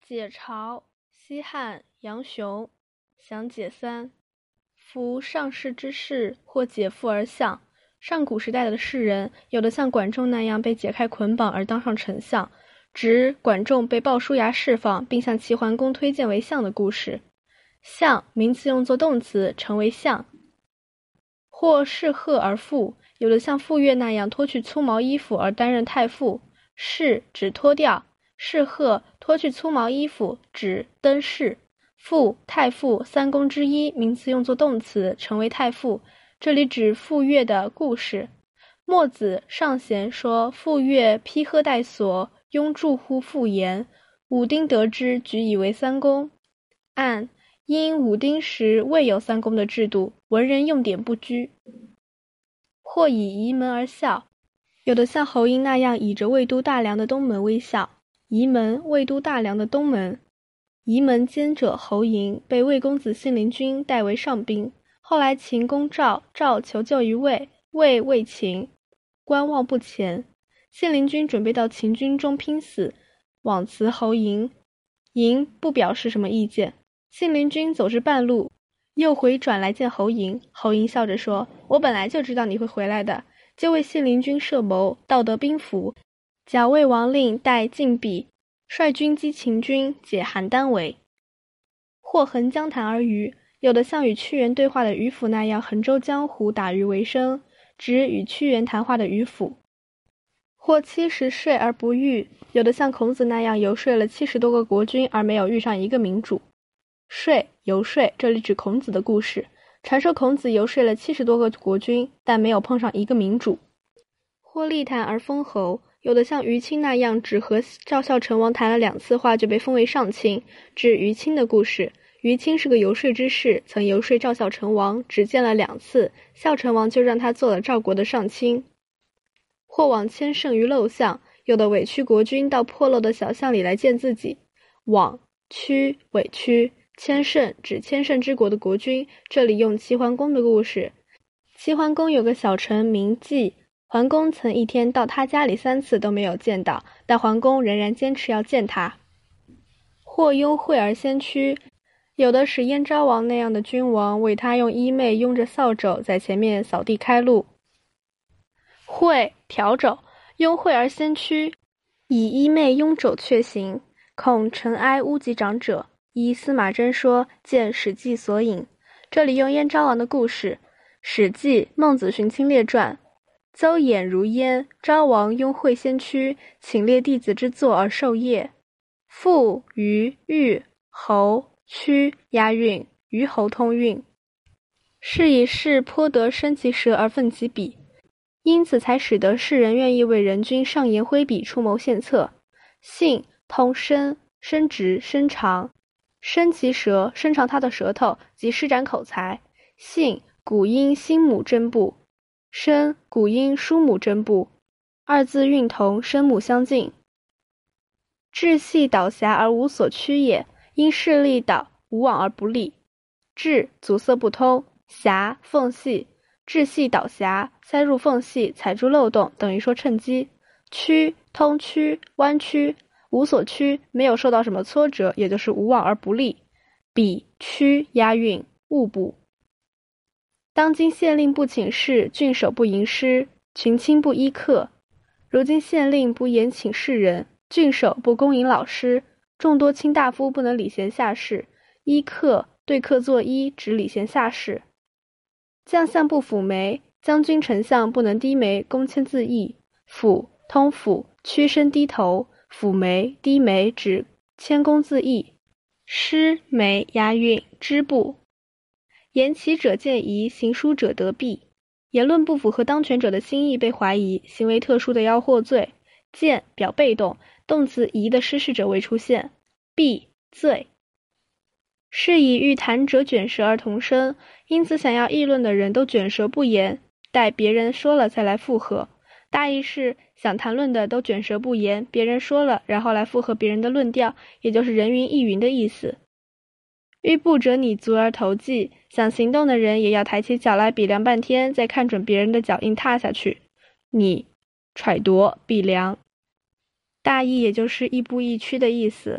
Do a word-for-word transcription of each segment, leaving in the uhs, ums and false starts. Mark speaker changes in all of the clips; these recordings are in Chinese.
Speaker 1: 解嘲，西汉杨雄。详解三。夫上世之士，或解缚而相。上古时代的士人，有的像管仲那样被解开捆绑而当上丞相，指管仲被鲍叔牙释放，并向齐桓公推荐为相的故事。相名词用作动词，成为相。或侍鹤而妇，有的像傅说那样脱去粗毛衣服而担任太傅。侍指脱掉，侍鹤脱去粗毛衣服，指登仕。傅、太傅三公之一，名词用作动词，成为太傅。这里指傅说的故事。墨子上贤说，傅说披褐带锁，拥住乎傅言。武丁得之，举以为三公。按因武丁时未有三公的制度，文人用典不拘。或以沂门而笑，有的像侯婴那样倚着魏都大梁的东门微笑。沂门，魏都大梁的东门。沂门监者侯婴，被魏公子信陵君代为上宾。后来秦攻赵，赵求救于魏，魏畏秦，观望不前。信陵君准备到秦军中拼死，往辞侯婴，婴不表示什么意见。信陵君走至半路，又回转来见侯婴，侯婴笑着说：“我本来就知道你会回来的。”就为信陵君设谋，盗得兵符，矫魏王令带晋鄙，率军击秦军，解邯郸围。或横江谈而渔，有的像与屈原对话的渔父那样横舟江湖打鱼为生，指与屈原谈话的渔父。或七十睡而不遇，有的像孔子那样游说了七十多个国君而没有遇上一个明主。说游说，这里指孔子的故事，传说孔子游说了七十多个国君，但没有碰上一个明主。或立谈而封侯，有的像于卿那样只和赵孝成王谈了两次话就被封为上卿，指于卿的故事。于卿是个游说之士，曾游说赵孝成王，只见了两次，孝成王就让他做了赵国的上卿。或往迁胜于陋巷，有的委屈国君到破漏的小巷里来见自己。往屈委屈，迁胜指迁胜之国的国君，这里用齐桓公的故事。齐桓公有个小臣名季，桓公曾一天到他家里三次都没有见到，但桓公仍然坚持要见他。或拥惠而先驱，有的使燕昭王那样的君王为他用衣袂拥着扫帚在前面扫地开路。惠笤帚，拥惠而先驱，以衣袂拥帚却行，恐尘埃污及长者。依司马真说，见《史记》所引。这里用燕昭王的故事。《史记·孟子荀卿列传》，邹衍如燕，昭王拥惠先驱，请列弟子之作而授业。傅、虞、豫、侯、屈押韵，虞侯通韵。是以士颇得生其舌而奋其笔，因此才使得士人愿意为人君上言挥笔出谋献策。信通伸，伸直伸长，伸其舌，伸长他的舌头，即施展口才。信古音心母真部，伸古音书母真部，二字韵同，声母相近。志系导狭而无所趋也，因势利导，无往而不利。志阻塞不通，狭缝隙，志系导狭，塞入缝隙，踩住漏洞，等于说趁机。曲通曲，弯曲，无所趋，没有受到什么挫折，也就是无往而不利。比曲押韵，误补。当今县令不请示，郡守不吟诗，群卿不依客。如今县令不严请士人，郡守不恭迎老师，众多卿大夫不能礼贤下士，依客对客作揖，指礼贤下士。将相不抚眉，将军丞相不能低眉，恭谦自缢。抚通抚，屈身低头，抚眉低眉指谦恭自缢。诗眉押韵，织布。言其者见疑，行书者得弊。言论不符合当权者的心意被怀疑，行为特殊的要获罪。见表被动，动词疑的失事者未出现。弊罪。是以欲谈者卷舌而同声，因此想要议论的人都卷舌不言，待别人说了才来附和。大意是想谈论的都卷舌不言，别人说了，然后来附和别人的论调，也就是人云亦云的意思。欲步者拟足而投迹，想行动的人也要抬起脚来比量半天，再看准别人的脚印踏下去。拟揣度比量，大意也就是亦步亦趋的意思。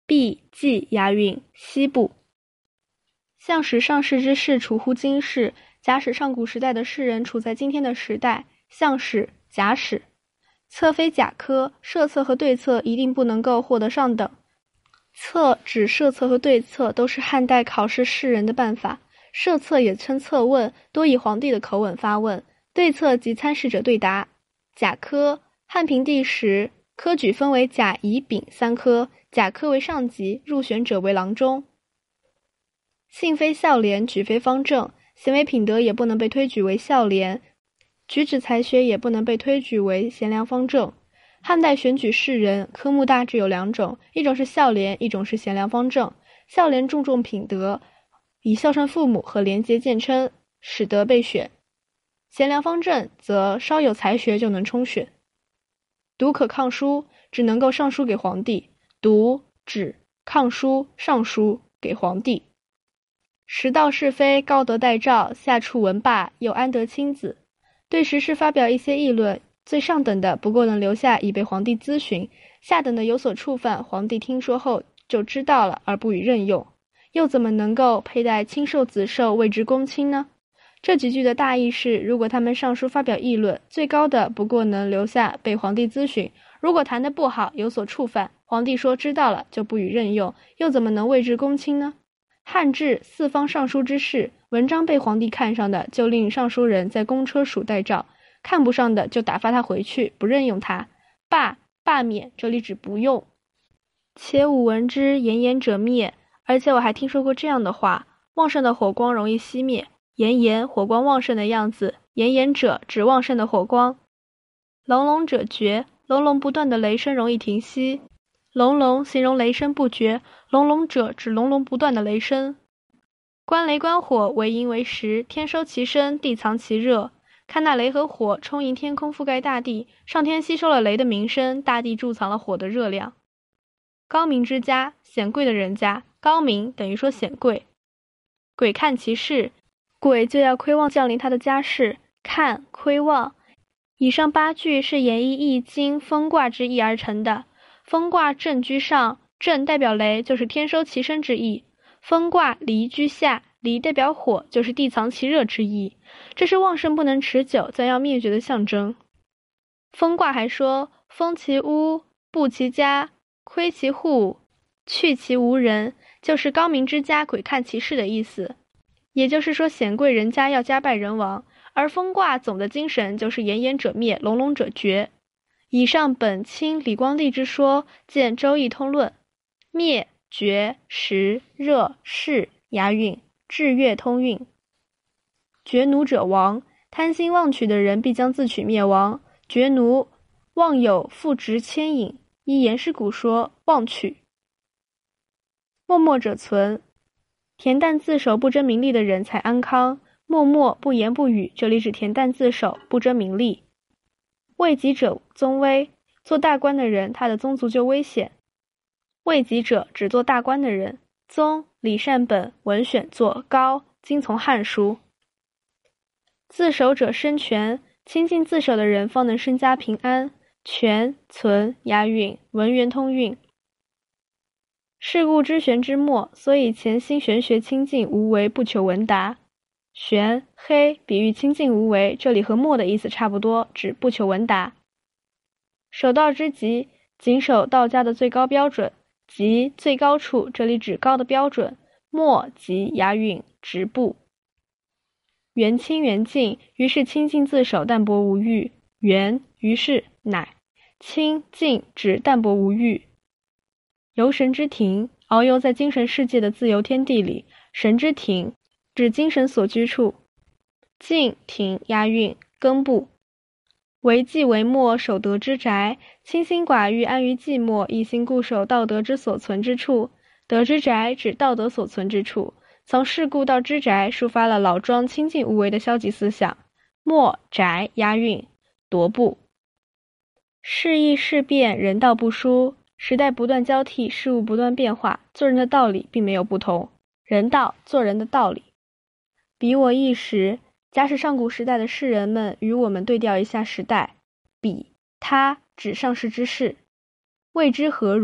Speaker 1: 毕冀押韵，西部。象使上世之士处乎今世，假使上古时代的士人处在今天的时代，象使，假使。测非甲科，设测和对策一定不能够获得上等。测指设测和对策都是汉代考试士人的办法，设测也称测问，多以皇帝的口吻发问，对策即参试者对答。甲科，汉平帝时，科举分为甲、乙、丙三科，甲科为上级，入选者为郎中。性非孝廉，举非方正，行为品德也不能被推举为孝廉，举止才学也不能被推举为贤良方正。汉代选举士人，科目大致有两种，一种是孝廉，一种是贤良方正。孝廉注重品德，以孝顺父母和廉洁见称，使得被选。贤良方正则稍有才学就能充选。读可抗书，只能够上书给皇帝，读指抗书上书给皇帝。识道是非，高德待诏，下处闻罢，又安得亲子。对时事发表一些议论，最上等的不过能留下以被皇帝咨询，下等的有所触犯，皇帝听说后就知道了而不予任用，又怎么能够佩戴亲授子授谓之公卿呢？这几句的大意是，如果他们上书发表议论，最高的不过能留下被皇帝咨询，如果谈得不好，有所触犯，皇帝说知道了就不予任用，又怎么能谓之公卿呢？汉至四方上书之事，文章被皇帝看上的，就令上书人在公车署待诏，看不上的就打发他回去，不任用他。罢，罢免，这里指不用。且吾闻之，炎炎者灭。而且我还听说过这样的话，旺盛的火光容易熄灭，炎炎，火光旺盛的样子，炎炎者指旺盛的火光。隆隆者绝，隆隆不断的雷声容易停息。隆隆形容雷声不绝，隆隆者指隆隆不断的雷声。观雷观火，为阴为实，天收其声，地藏其热。看那雷和火充盈天空，覆盖大地，上天吸收了雷的鸣声，大地贮藏了火的热量。高明之家，显贵的人家，高明等于说显贵。鬼看其事，鬼就要窥望降临他的家事，看窥望。以上八句是演绎易经风卦之意而成的。风卦震居上，震代表雷，就是天收其声之意。风卦离居下，离代表火，就是地藏其热之意。这是旺盛不能持久，将要灭绝的象征。风卦还说，封其屋，布其家，窥其户，去其无人，就是高明之家鬼看其事的意思。也就是说，显贵人家要家败人亡。而风卦总的精神就是炎炎者灭，隆隆者绝。以上本清李光地之说，见《周易通论》。灭、绝、实、热、势押韵，至乐通韵。绝奴者亡，贪心妄取的人必将自取灭亡。绝奴，妄有复职牵引，依颜师古说，妄取。默默者存，恬淡自守不争名利的人才安康。默默不言不语，这里指恬淡自守，不争名利。位极者宗危，做大官的人他的宗族就危险。位极者指做大官的人，宗李善本文选作，高今从汉书。自守者生全，亲近自守的人方能身家平安。全存押韵，文源通韵。是故知玄之末，所以潜心玄学清净无为，不求闻达。玄黑比喻清净无为，这里和末的意思差不多，指不求闻达。守道之极，谨守道家的最高标准，极最高处，这里指高的标准。末极押韵，直步。元清元净，于是清净自守，淡泊无欲。元于是乃，清净指淡泊无欲。游神之庭，遨游在精神世界的自由天地里。神之庭指精神所居处。静庭押韵，根部。为寂为默，守德之宅，清心寡欲，安于寂寞，一心固守道德之所存之处。德之宅指道德所存之处。从世故到之宅，抒发了老庄清净无为的消极思想。默宅押韵，踱步。世易事变，人道不殊，时代不断交替，事物不断变化，做人的道理并没有不同。人道，做人的道理。彼我一时，假使上古时代的士人们与我们对调一下时代。彼他指上世之事。谓之何如，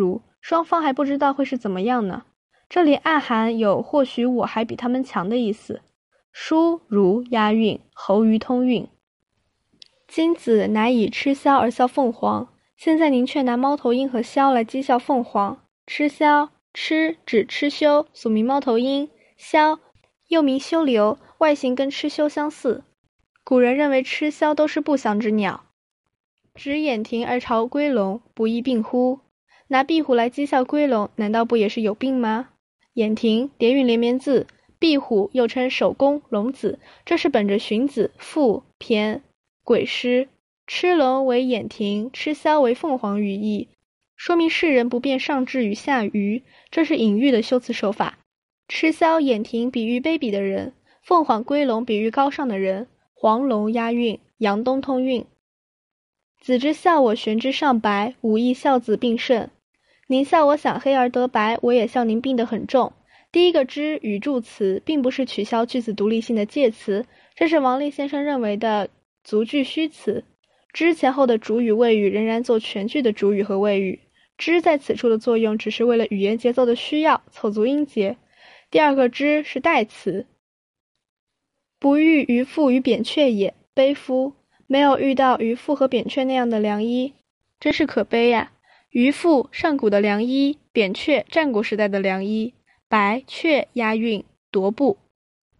Speaker 1: 双方还不知道会是怎么样呢。这里暗含有或许我还比他们强的意思。书如押韵，喉语通韵。今子乃以吃枭而笑凤凰，现在您却拿猫头鹰和枭来讥笑凤凰。吃枭，吃指螭修，俗名猫头鹰；枭又名修流，外形跟螭修相似。古人认为螭枭都是不祥之鸟，指眼庭而朝龟龙，不亦病乎？拿壁虎来讥笑龟龙，难道不也是有病吗？眼庭叠韵连绵字，壁虎又称守宫龙子，这是本着荀子赋骈鬼诗，螭龙为眼庭，螭枭为凤凰语义，说明世人不辨上智与下愚，这是隐喻的修辞手法。螭枭眼庭比喻卑鄙的人，凤凰龟龙比喻高尚的人，黄龙押韵，阳东通韵。子之笑我玄之上白，吾亦笑子病甚。您笑我想黑而得白，我也笑您病得很重。第一个之语助词并不是取消句子独立性的介词，这是王立先生认为的足句虚词。之前后的主语谓语仍然做全句的主语和谓语，之在此处的作用只是为了语言节奏的需要，凑足音节。第二个之是代词，不遇渔父与扁鹊也，悲夫。没有遇到渔父和扁鹊那样的良医，真是可悲呀、啊！渔父上古的良医，扁鹊战国时代的良医，白鹊押韵夺部。